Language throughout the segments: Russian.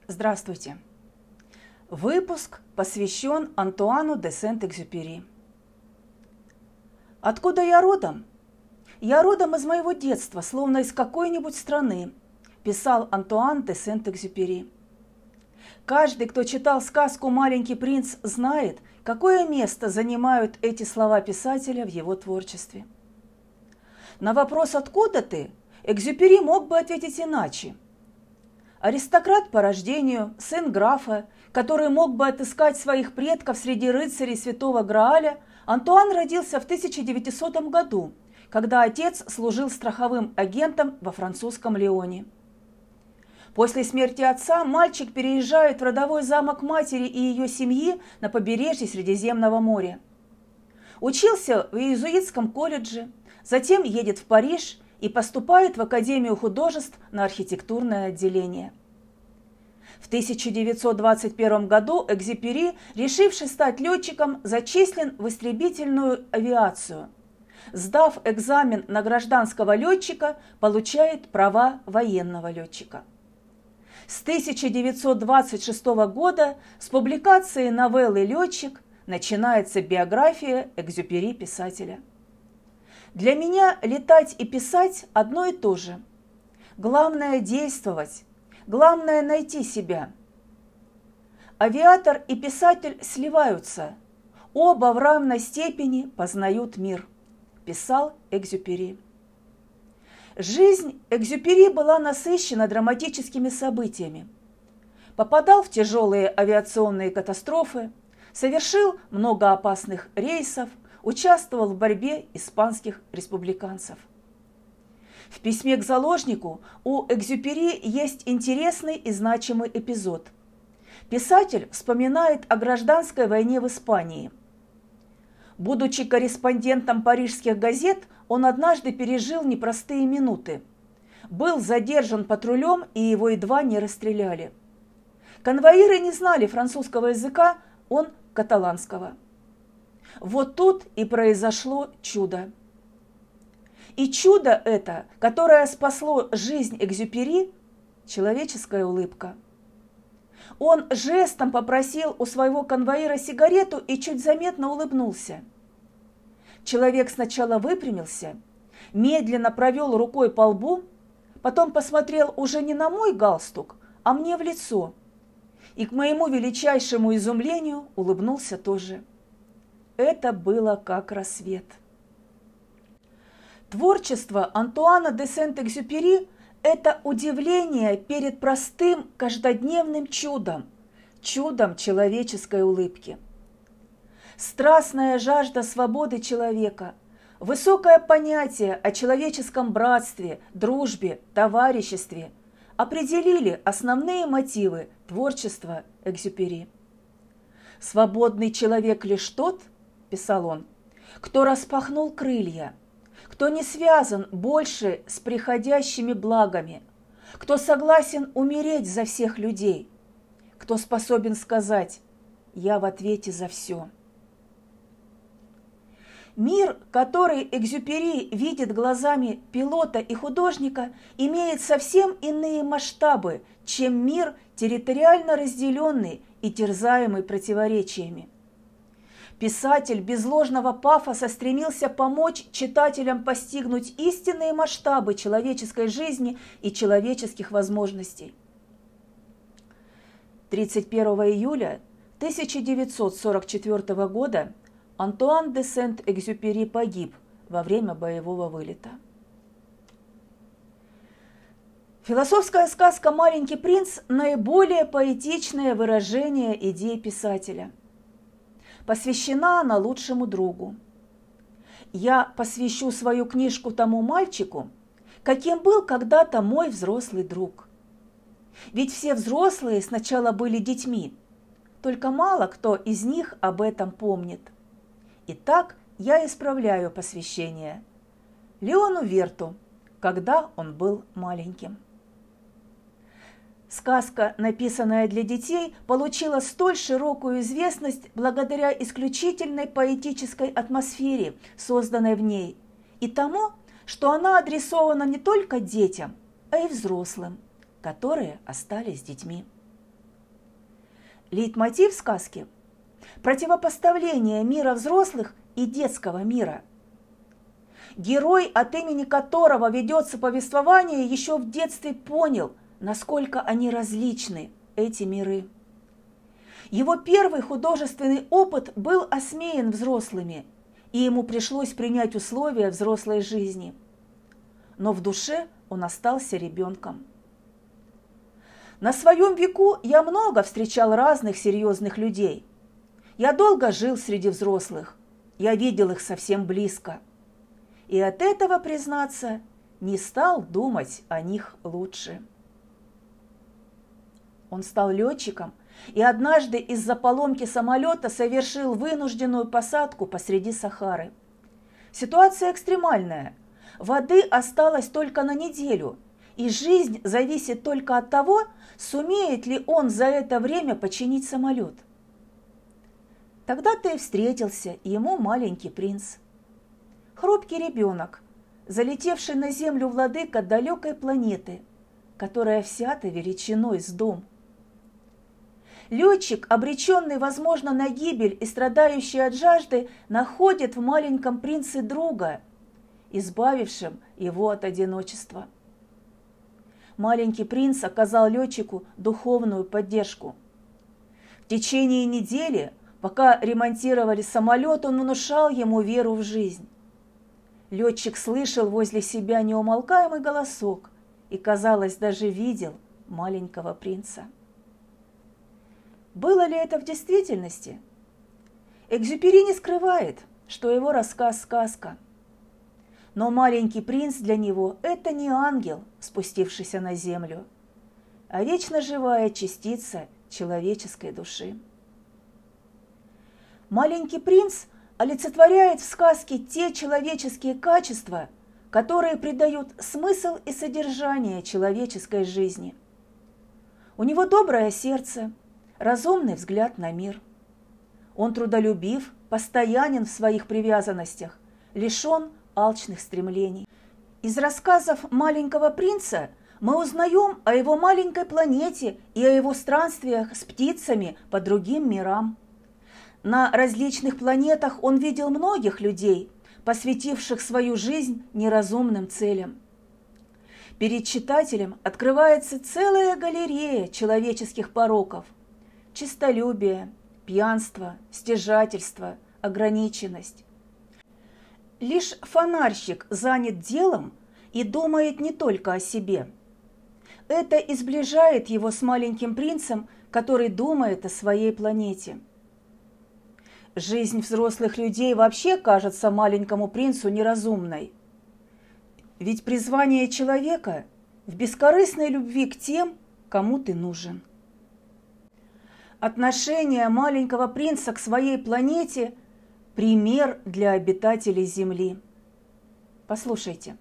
Здравствуйте! Выпуск посвящен Антуану де Сент-Экзюпери. Откуда я родом? Я родом из моего детства, словно из какой-нибудь страны, писал Антуан де Сент-Экзюпери. Каждый, кто читал сказку «Маленький принц», знает, какое место занимают эти слова писателя в его творчестве. На вопрос «Откуда ты?» Экзюпери мог бы ответить иначе. Аристократ по рождению, сын графа, который мог бы отыскать своих предков среди рыцарей Святого Грааля, Антуан родился в 1900 году, когда отец служил страховым агентом во французском Лионе. После смерти отца мальчик переезжает в родовой замок матери и ее семьи на побережье Средиземного моря. Учился в иезуитском колледже, затем едет в Париж и поступает в Академию художеств на архитектурное отделение. В 1921 году Экзюпери, решивший стать летчиком, зачислен в истребительную авиацию. Сдав экзамен на гражданского летчика, получает права военного летчика. С 1926 года, с публикации новеллы «Летчик», начинается биография Экзюпери писателя. Для меня летать и писать одно и то же. Главное – действовать, главное – найти себя. Авиатор и писатель сливаются, оба в равной степени познают мир, писал Экзюпери. Жизнь Экзюпери была насыщена драматическими событиями. Попадал в тяжелые авиационные катастрофы, совершил много опасных рейсов, участвовал в борьбе испанских республиканцев. В письме к заложнику у Экзюпери есть интересный и значимый эпизод. Писатель вспоминает о гражданской войне в Испании. Будучи корреспондентом парижских газет, он однажды пережил непростые минуты. Был задержан патрулем, и его едва не расстреляли. Конвоиры не знали французского языка, он каталанского. Вот тут и произошло чудо. И чудо это, которое спасло жизнь Экзюпери, человеческая улыбка. Он жестом попросил у своего конвоира сигарету и чуть заметно улыбнулся. Человек сначала выпрямился, медленно провел рукой по лбу, потом посмотрел уже не на мой галстук, а мне в лицо. И к моему величайшему изумлению улыбнулся тоже. Это было как рассвет. Творчество Антуана де Сент-Экзюпери – это удивление перед простым каждодневным чудом, чудом человеческой улыбки. Страстная жажда свободы человека, высокое понятие о человеческом братстве, дружбе, товариществе определили основные мотивы творчества Экзюпери. «Свободный человек лишь тот, – писал он, – кто распахнул крылья, кто не связан больше с приходящими благами, кто согласен умереть за всех людей, кто способен сказать «я в ответе за все». Мир, который Экзюпери видит глазами пилота и художника, имеет совсем иные масштабы, чем мир, территориально разделенный и терзаемый противоречиями. Писатель без ложного пафоса стремился помочь читателям постигнуть истинные масштабы человеческой жизни и человеческих возможностей. 31 июля 1944 года Антуан де Сент-Экзюпери погиб во время боевого вылета. Философская сказка «Маленький принц» – наиболее поэтичное выражение идей писателя. Посвящена она лучшему другу. Я посвящу свою книжку тому мальчику, каким был когда-то мой взрослый друг. Ведь все взрослые сначала были детьми, только мало кто из них об этом помнит. Итак, я исправляю посвящение Леону Верту, когда он был маленьким. Сказка, написанная для детей, получила столь широкую известность благодаря исключительной поэтической атмосфере, созданной в ней, и тому, что она адресована не только детям, а и взрослым, которые остались детьми. Лейтмотив сказки – противопоставление мира взрослых и детского мира. Герой, от имени которого ведется повествование, еще в детстве понял, насколько они различны, эти миры. Его первый художественный опыт был осмеян взрослыми, и ему пришлось принять условия взрослой жизни. Но в душе он остался ребенком. На своем веку я много встречал разных серьезных людей. Я долго жил среди взрослых, я видел их совсем близко. И от этого, признаться, не стал думать о них лучше. Он стал летчиком и однажды из-за поломки самолета совершил вынужденную посадку посреди Сахары. Ситуация экстремальная. Воды осталось только на неделю, и жизнь зависит только от того, сумеет ли он за это время починить самолет. Тогда-то и встретился ему маленький принц. Хрупкий ребенок, залетевший на землю владыка далекой планеты, которая вся-то величиной с дом. Летчик, обреченный, возможно, на гибель и страдающий от жажды, находит в маленьком принце друга, избавившим его от одиночества. Маленький принц оказал летчику духовную поддержку. В течение недели, пока ремонтировали самолет, он внушал ему веру в жизнь. Летчик слышал возле себя неумолкаемый голосок и, казалось, даже видел маленького принца. Было ли это в действительности? Экзюпери не скрывает, что его рассказ – сказка. Но маленький принц для него – это не ангел, спустившийся на землю, а вечно живая частица человеческой души. Маленький принц олицетворяет в сказке те человеческие качества, которые придают смысл и содержание человеческой жизни. У него доброе сердце, разумный взгляд на мир. Он трудолюбив, постоянен в своих привязанностях, лишен алчных стремлений. Из рассказов маленького принца мы узнаем о его маленькой планете и о его странствиях с птицами по другим мирам. На различных планетах он видел многих людей, посвятивших свою жизнь неразумным целям. Перед читателем открывается целая галерея человеческих пороков: честолюбие, пьянство, стяжательство, ограниченность. Лишь фонарщик занят делом и думает не только о себе. Это и сближает его с маленьким принцем, который думает о своей планете. Жизнь взрослых людей вообще кажется маленькому принцу неразумной. Ведь призвание человека в бескорыстной любви к тем, кому ты нужен. Отношение маленького принца к своей планете – пример для обитателей Земли. Послушайте.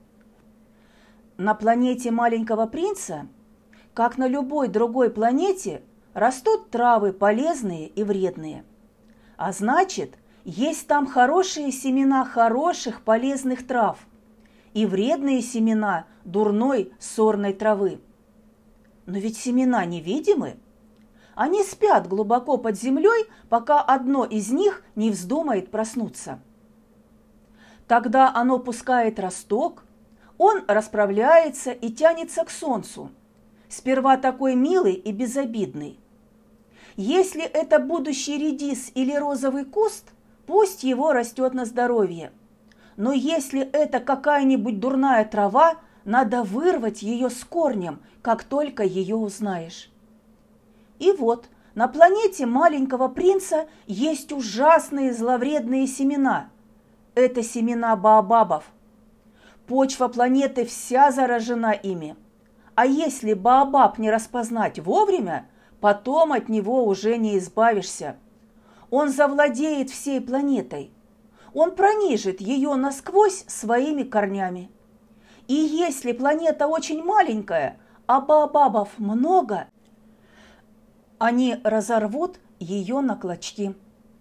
На планете маленького принца, как на любой другой планете, растут травы полезные и вредные. А значит, есть там хорошие семена хороших полезных трав и вредные семена дурной сорной травы. Но ведь семена невидимы. Они спят глубоко под землей, пока одно из них не вздумает проснуться. Тогда оно пускает росток, он расправляется и тянется к солнцу, сперва такой милый и безобидный. Если это будущий редис или розовый куст, пусть его растет на здоровье. Но если это какая-нибудь дурная трава, надо вырвать ее с корнем, как только ее узнаешь. И вот на планете маленького принца есть ужасные зловредные семена. Это семена баобабов. Почва планеты вся заражена ими. А если баобаб не распознать вовремя, потом от него уже не избавишься. Он завладеет всей планетой. Он пронижит ее насквозь своими корнями. И если планета очень маленькая, а баобабов много, они разорвут ее на клочки.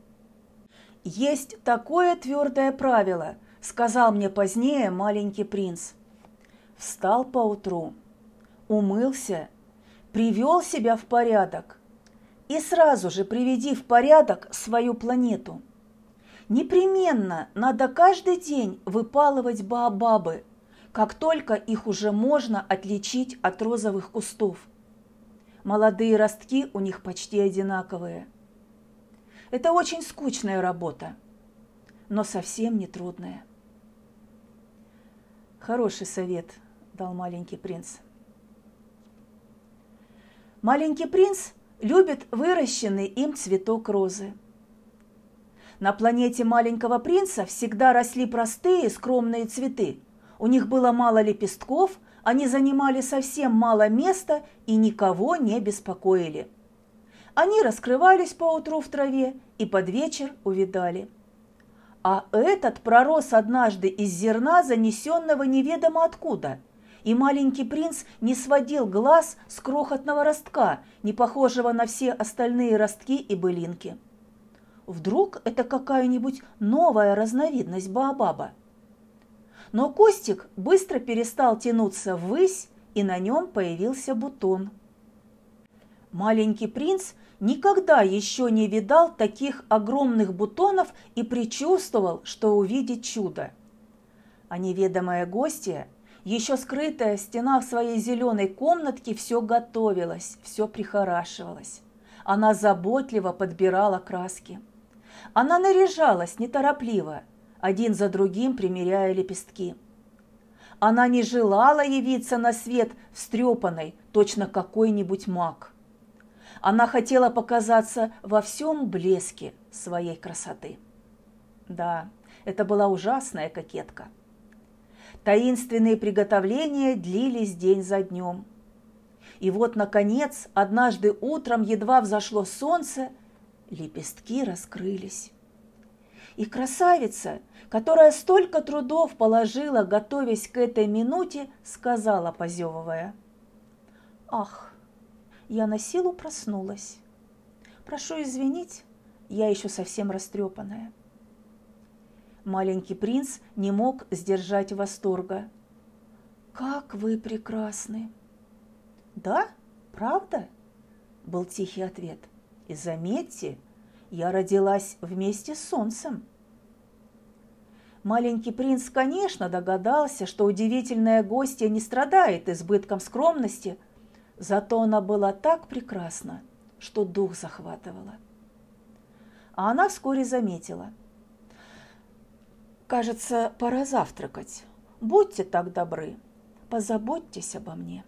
«Есть такое твердое правило», – сказал мне позднее маленький принц. Встал поутру, умылся, привел себя в порядок, и сразу же приведи в порядок свою планету. Непременно надо каждый день выпалывать баобабы, как только их уже можно отличить от розовых кустов. Молодые ростки у них почти одинаковые. Это очень скучная работа, но совсем не трудная. Хороший совет дал маленький принц. Маленький принц любит выращенный им цветок розы. На планете маленького принца всегда росли простые, скромные цветы. У них было мало лепестков, они занимали совсем мало места и никого не беспокоили. Они раскрывались поутру в траве и под вечер увядали. А этот пророс однажды из зерна, занесенного неведомо откуда, и маленький принц не сводил глаз с крохотного ростка, не похожего на все остальные ростки и былинки. Вдруг это какая-нибудь новая разновидность баобаба? Но кустик быстро перестал тянуться ввысь, и на нем появился бутон. Маленький принц никогда еще не видал таких огромных бутонов и предчувствовал, что увидит чудо. А неведомая гостья, еще скрытая в стенах своей зеленой комнатки, все готовилась, все прихорашивалась. Она заботливо подбирала краски. Она наряжалась неторопливо, один за другим примеряя лепестки. Она не желала явиться на свет встрепанной, точно какой-нибудь маг. Она хотела показаться во всем блеске своей красоты. Да, это была ужасная кокетка. Таинственные приготовления длились день за днем. И вот, наконец, однажды утром едва взошло солнце, лепестки раскрылись. И красавица, которая столько трудов положила, готовясь к этой минуте, сказала, позевывая: «Ах, я на силу проснулась. Прошу извинить, я еще совсем растрепанная». Маленький принц не мог сдержать восторга. «Как вы прекрасны!» «Да, правда?» – был тихий ответ. «И заметьте, я родилась вместе с солнцем». Маленький принц, конечно, догадался, что удивительная гостья не страдает избытком скромности, зато она была так прекрасна, что дух захватывала. А она вскоре заметила: «Кажется, пора завтракать. Будьте так добры, позаботьтесь обо мне».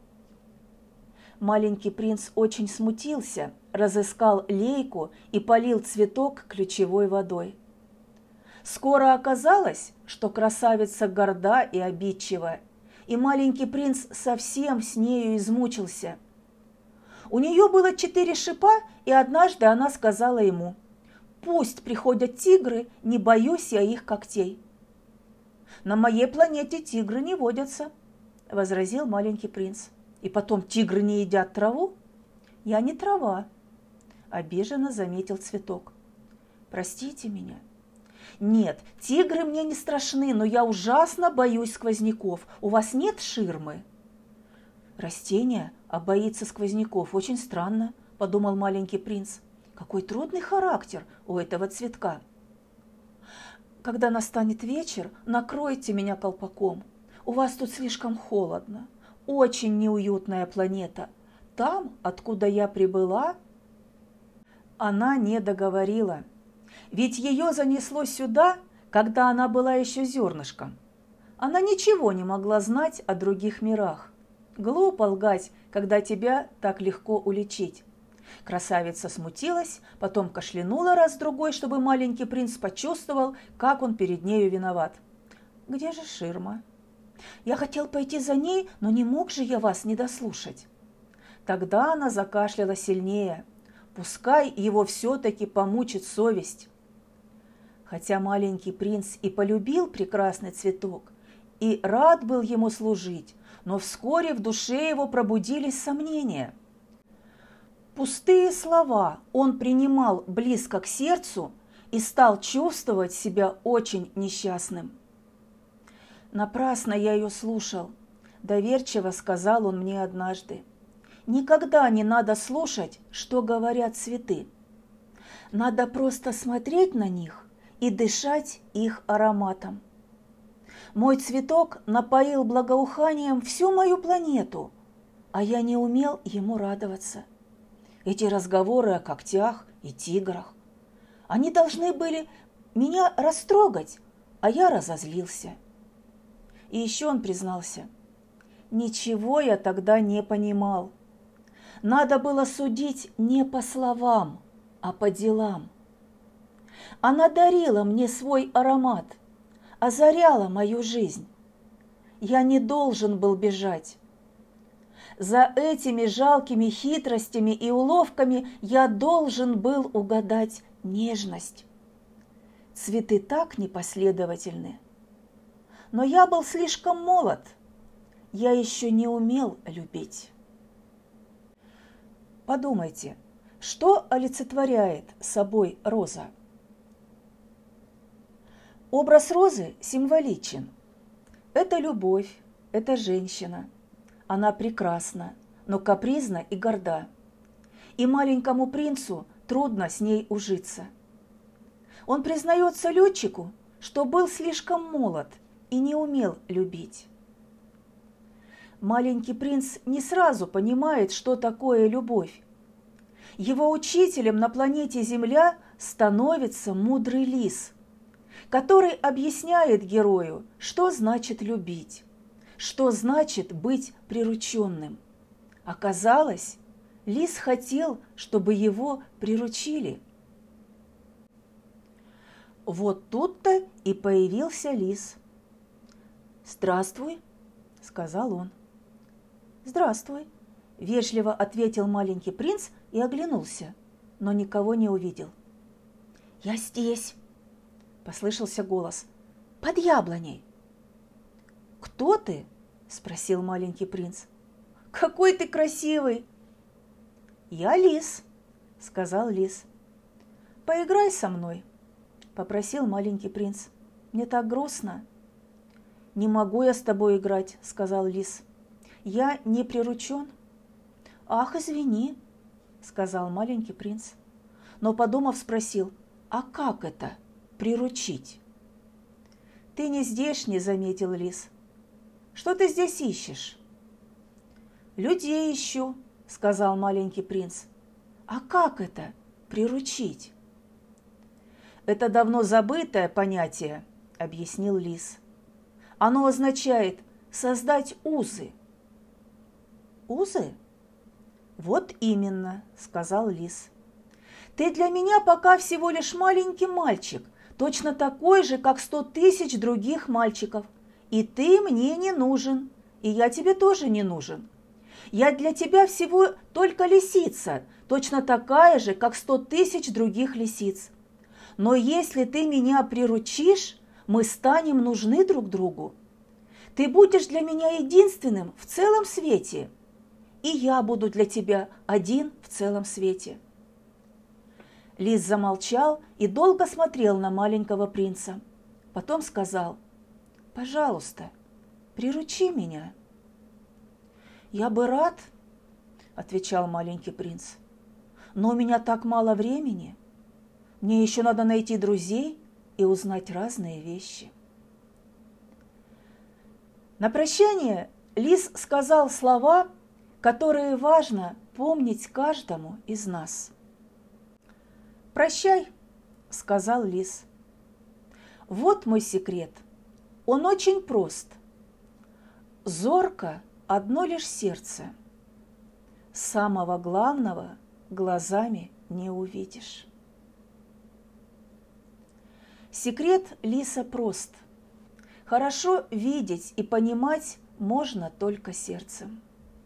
Маленький принц очень смутился, разыскал лейку и полил цветок ключевой водой. Скоро оказалось, что красавица горда и обидчива, и маленький принц совсем с нею измучился. У нее было 4 шипа, и однажды она сказала ему: «Пусть приходят тигры, не боюсь я их когтей». «На моей планете тигры не водятся», – возразил маленький принц. «И потом, тигры не едят траву?» «Я не трава», – обиженно заметил цветок. «Простите меня». «Нет, тигры мне не страшны, но я ужасно боюсь сквозняков. У вас нет ширмы?» «Растение, а боится сквозняков. Очень странно», – подумал маленький принц. «Какой трудный характер у этого цветка». «Когда настанет вечер, накройте меня колпаком. У вас тут слишком холодно. Очень неуютная планета. Там, откуда я прибыла...» Она не договорила. Ведь ее занесло сюда, когда она была еще зернышком. Она ничего не могла знать о других мирах. Глупо лгать, когда тебя так легко уличить. Красавица смутилась, потом кашлянула раз-другой, чтобы маленький принц почувствовал, как он перед нею виноват. «Где же ширма? Я хотел пойти за ней, но не мог же я вас не дослушать». Тогда она закашляла сильнее. Пускай его все-таки помучит совесть. Хотя маленький принц и полюбил прекрасный цветок, и рад был ему служить, но вскоре в душе его пробудились сомнения. Пустые слова он принимал близко к сердцу и стал чувствовать себя очень несчастным. «Напрасно я ее слушал», – доверчиво сказал он мне однажды. никогда не надо слушать, что говорят цветы. Надо просто смотреть на них и дышать их ароматом. Мой цветок напоил благоуханием всю мою планету, а я не умел ему радоваться. Эти разговоры о когтях и тиграх, они должны были меня растрогать, а я разозлился. И еще он признался: ничего я тогда не понимал. Надо было судить не по словам, а по делам. Она дарила мне свой аромат, озаряла мою жизнь. Я не должен был бежать. За этими жалкими хитростями и уловками я должен был угадать нежность. Цветы так непоследовательны. Но я был слишком молод, я еще не умел любить. Подумайте, что олицетворяет собой роза? Образ розы символичен. Это любовь, это женщина. Она прекрасна, но капризна и горда. И маленькому принцу трудно с ней ужиться. Он признается летчику, что был слишком молод и не умел любить. Маленький принц не сразу понимает, что такое любовь. Его учителем на планете Земля становится мудрый лис, который объясняет герою, что значит любить, что значит быть прирученным. Оказалось, лис хотел, чтобы его приручили. Вот тут-то и появился лис. «Здравствуй», — сказал он. «Здравствуй», — вежливо ответил маленький принц и оглянулся, но никого не увидел. «Я здесь», — послышался голос, — «под яблоней». «Кто ты?» – спросил маленький принц. «Какой ты красивый!» «Я лис», – сказал лис. «Поиграй со мной», – попросил маленький принц. «Мне так грустно». «Не могу я с тобой играть», – сказал лис. «Я не приручен». «Ах, извини», – сказал маленький принц. Но, подумав, спросил: «А как это – приручить?» «Ты не здешний», – заметил лис. «Что ты здесь ищешь?» «Людей ищу», – сказал маленький принц. «А как это – приручить?» «Это давно забытое понятие», – объяснил лис. «Оно означает создать узы». «Узы?» «Вот именно», – сказал лис. «Ты для меня пока всего лишь маленький мальчик, точно такой же, как 100 000 других мальчиков. И ты мне не нужен, и я тебе тоже не нужен. Я для тебя всего только лисица, точно такая же, как 100 000 других лисиц. Но если ты меня приручишь, мы станем нужны друг другу. Ты будешь для меня единственным в целом свете, и я буду для тебя один в целом свете». Лис замолчал и долго смотрел на маленького принца. Потом сказал: «Пожалуйста, приручи меня». «Я бы рад», – отвечал маленький принц, – «но у меня так мало времени. Мне еще надо найти друзей и узнать разные вещи». На прощание лис сказал слова, которые важно помнить каждому из нас. «Прощай», – сказал лис. «Вот мой секрет. Он очень прост. Зорко одно лишь сердце. Самого главного глазами не увидишь». Секрет лиса прост. Хорошо видеть и понимать можно только сердцем.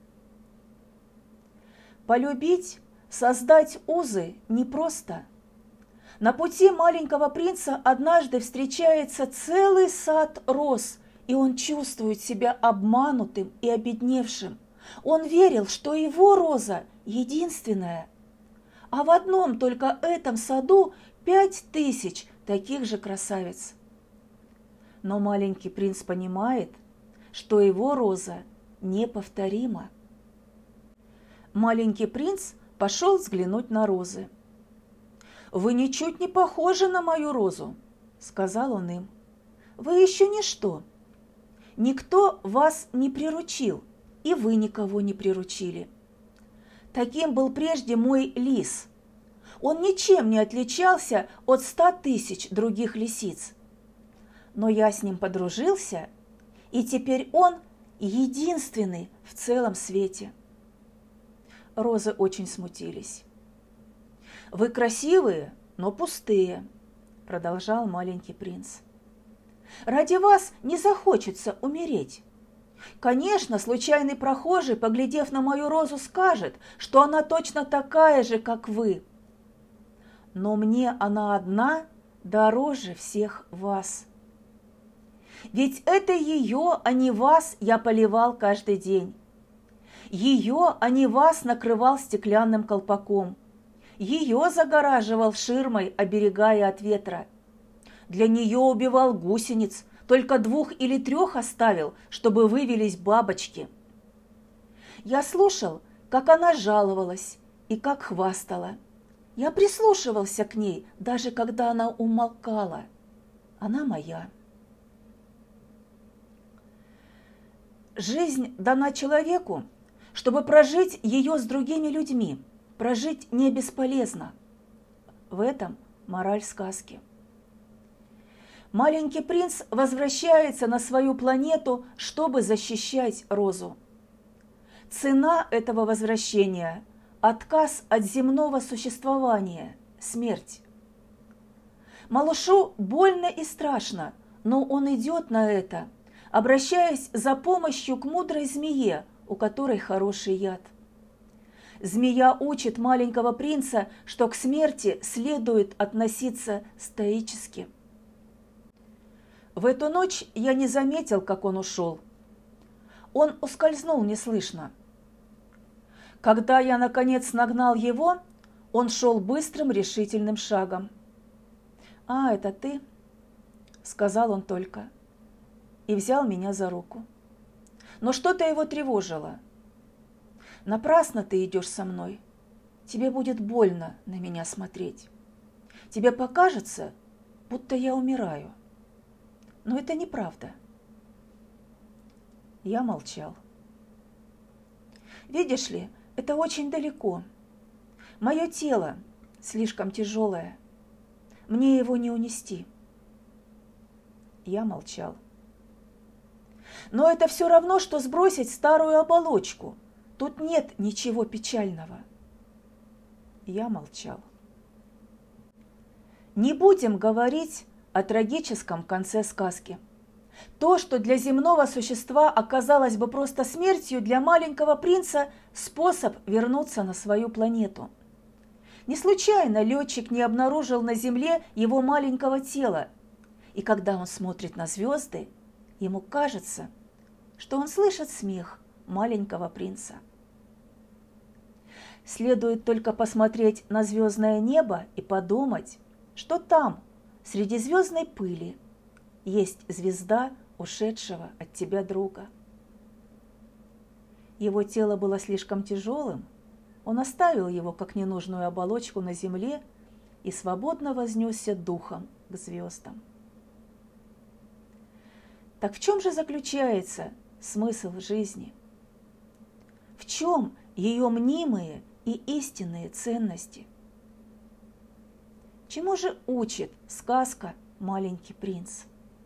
Полюбить, создать узы непросто. На пути маленького принца однажды встречается целый сад роз, и он чувствует себя обманутым и обедневшим. Он верил, что его роза единственная, а в одном только этом саду 5000 таких же красавиц. Но маленький принц понимает, что его роза неповторима. Маленький принц пошел взглянуть на розы. «Вы ничуть не похожи на мою розу», – сказал он им. «Вы еще ничто. Никто вас не приручил, и вы никого не приручили. Таким был прежде мой лис. Он ничем не отличался от 100 тысяч других лисиц. Но я с ним подружился, и теперь он единственный в целом свете». Розы очень смутились. «Вы красивые, но пустые», – продолжал маленький принц. «Ради вас не захочется умереть. Конечно, случайный прохожий, поглядев на мою розу, скажет, что она точно такая же, как вы. Но мне она одна дороже всех вас. Ведь это ее, а не вас, я поливал каждый день. Ее, а не вас, накрывал стеклянным колпаком. Ее загораживал ширмой, оберегая от ветра. Для нее убивал гусениц, только 2 или 3 оставил, чтобы вывелись бабочки. Я слушал, как она жаловалась и как хвастала. Я прислушивался к ней, даже когда она умолкала. Она моя. Жизнь дана человеку, чтобы прожить ее с другими людьми. Прожить не бесполезно. В этом мораль сказки. Маленький принц возвращается на свою планету, чтобы защищать розу. Цена этого возвращения – отказ от земного существования, смерть. Малышу больно и страшно, но он идет на это, обращаясь за помощью к мудрой змее, у которой хороший яд. Змея учит маленького принца, что к смерти следует относиться стоически. В эту ночь я не заметил, как он ушел. Он ускользнул неслышно. Когда я, наконец, нагнал его, он шел быстрым решительным шагом. «А, это ты?» – сказал он только. И взял меня за руку. Но что-то его тревожило. «Напрасно ты идешь со мной. Тебе будет больно на меня смотреть. Тебе покажется, будто я умираю. Но это неправда». Я молчал. «Видишь ли, это очень далеко. Мое тело слишком тяжелое. Мне его не унести». Я молчал. «Но это все равно, что сбросить старую оболочку. Тут нет ничего печального». Я молчал. Не будем говорить о трагическом конце сказки. То, что для земного существа оказалось бы просто смертью, для маленького принца – способ вернуться на свою планету. Не случайно летчик не обнаружил на Земле его маленького тела, и когда он смотрит на звезды, ему кажется, что он слышит смех маленького принца. Следует только посмотреть на звездное небо и подумать, что там, среди звездной пыли, есть звезда ушедшего от тебя друга. Его тело было слишком тяжелым, он оставил его как ненужную оболочку на земле и свободно вознесся духом к звездам. Так в чем же заключается смысл жизни? В чем ее мнимые и истинные ценности? Чему же учит сказка «Маленький принц»?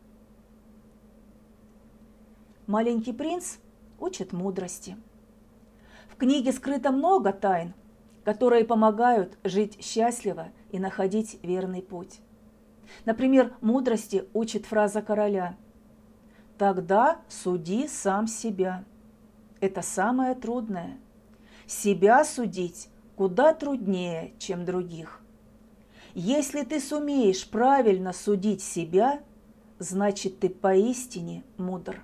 «Маленький принц» учит мудрости. В книге скрыто много тайн, которые помогают жить счастливо и находить верный путь. Например, мудрости учит фраза короля: «Тогда суди сам себя». Это самое трудное. Себя судить куда труднее, чем других. Если ты сумеешь правильно судить себя, значит, ты поистине мудр.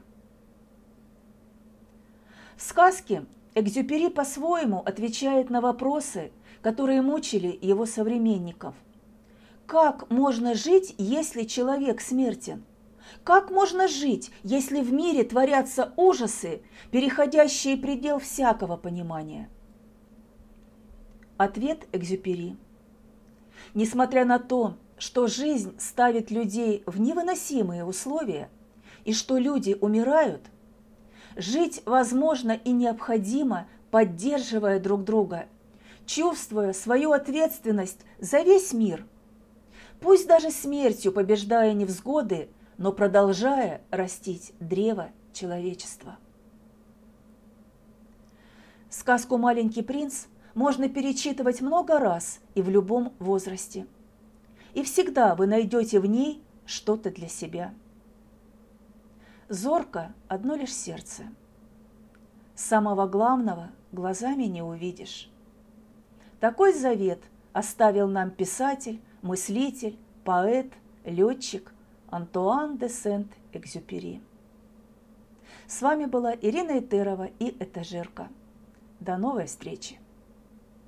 В сказке Экзюпери по-своему отвечает на вопросы, которые мучили его современников. Как можно жить, если человек смертен? Как можно жить, если в мире творятся ужасы, переходящие предел всякого понимания? Ответ Экзюпери. Несмотря на то, что жизнь ставит людей в невыносимые условия и что люди умирают, жить возможно и необходимо, поддерживая друг друга, чувствуя свою ответственность за весь мир, пусть даже смертью побеждая невзгоды, но продолжая растить древо человечества. Сказку «Маленький принц» можно перечитывать много раз и в любом возрасте. И всегда вы найдете в ней что-то для себя. Зорко одно лишь сердце. Самого главного глазами не увидишь. Такой завет оставил нам писатель, мыслитель, поэт, летчик Антуан де Сент-Экзюпери. С вами была Ирина Этерова и Этажерка. До новой встречи!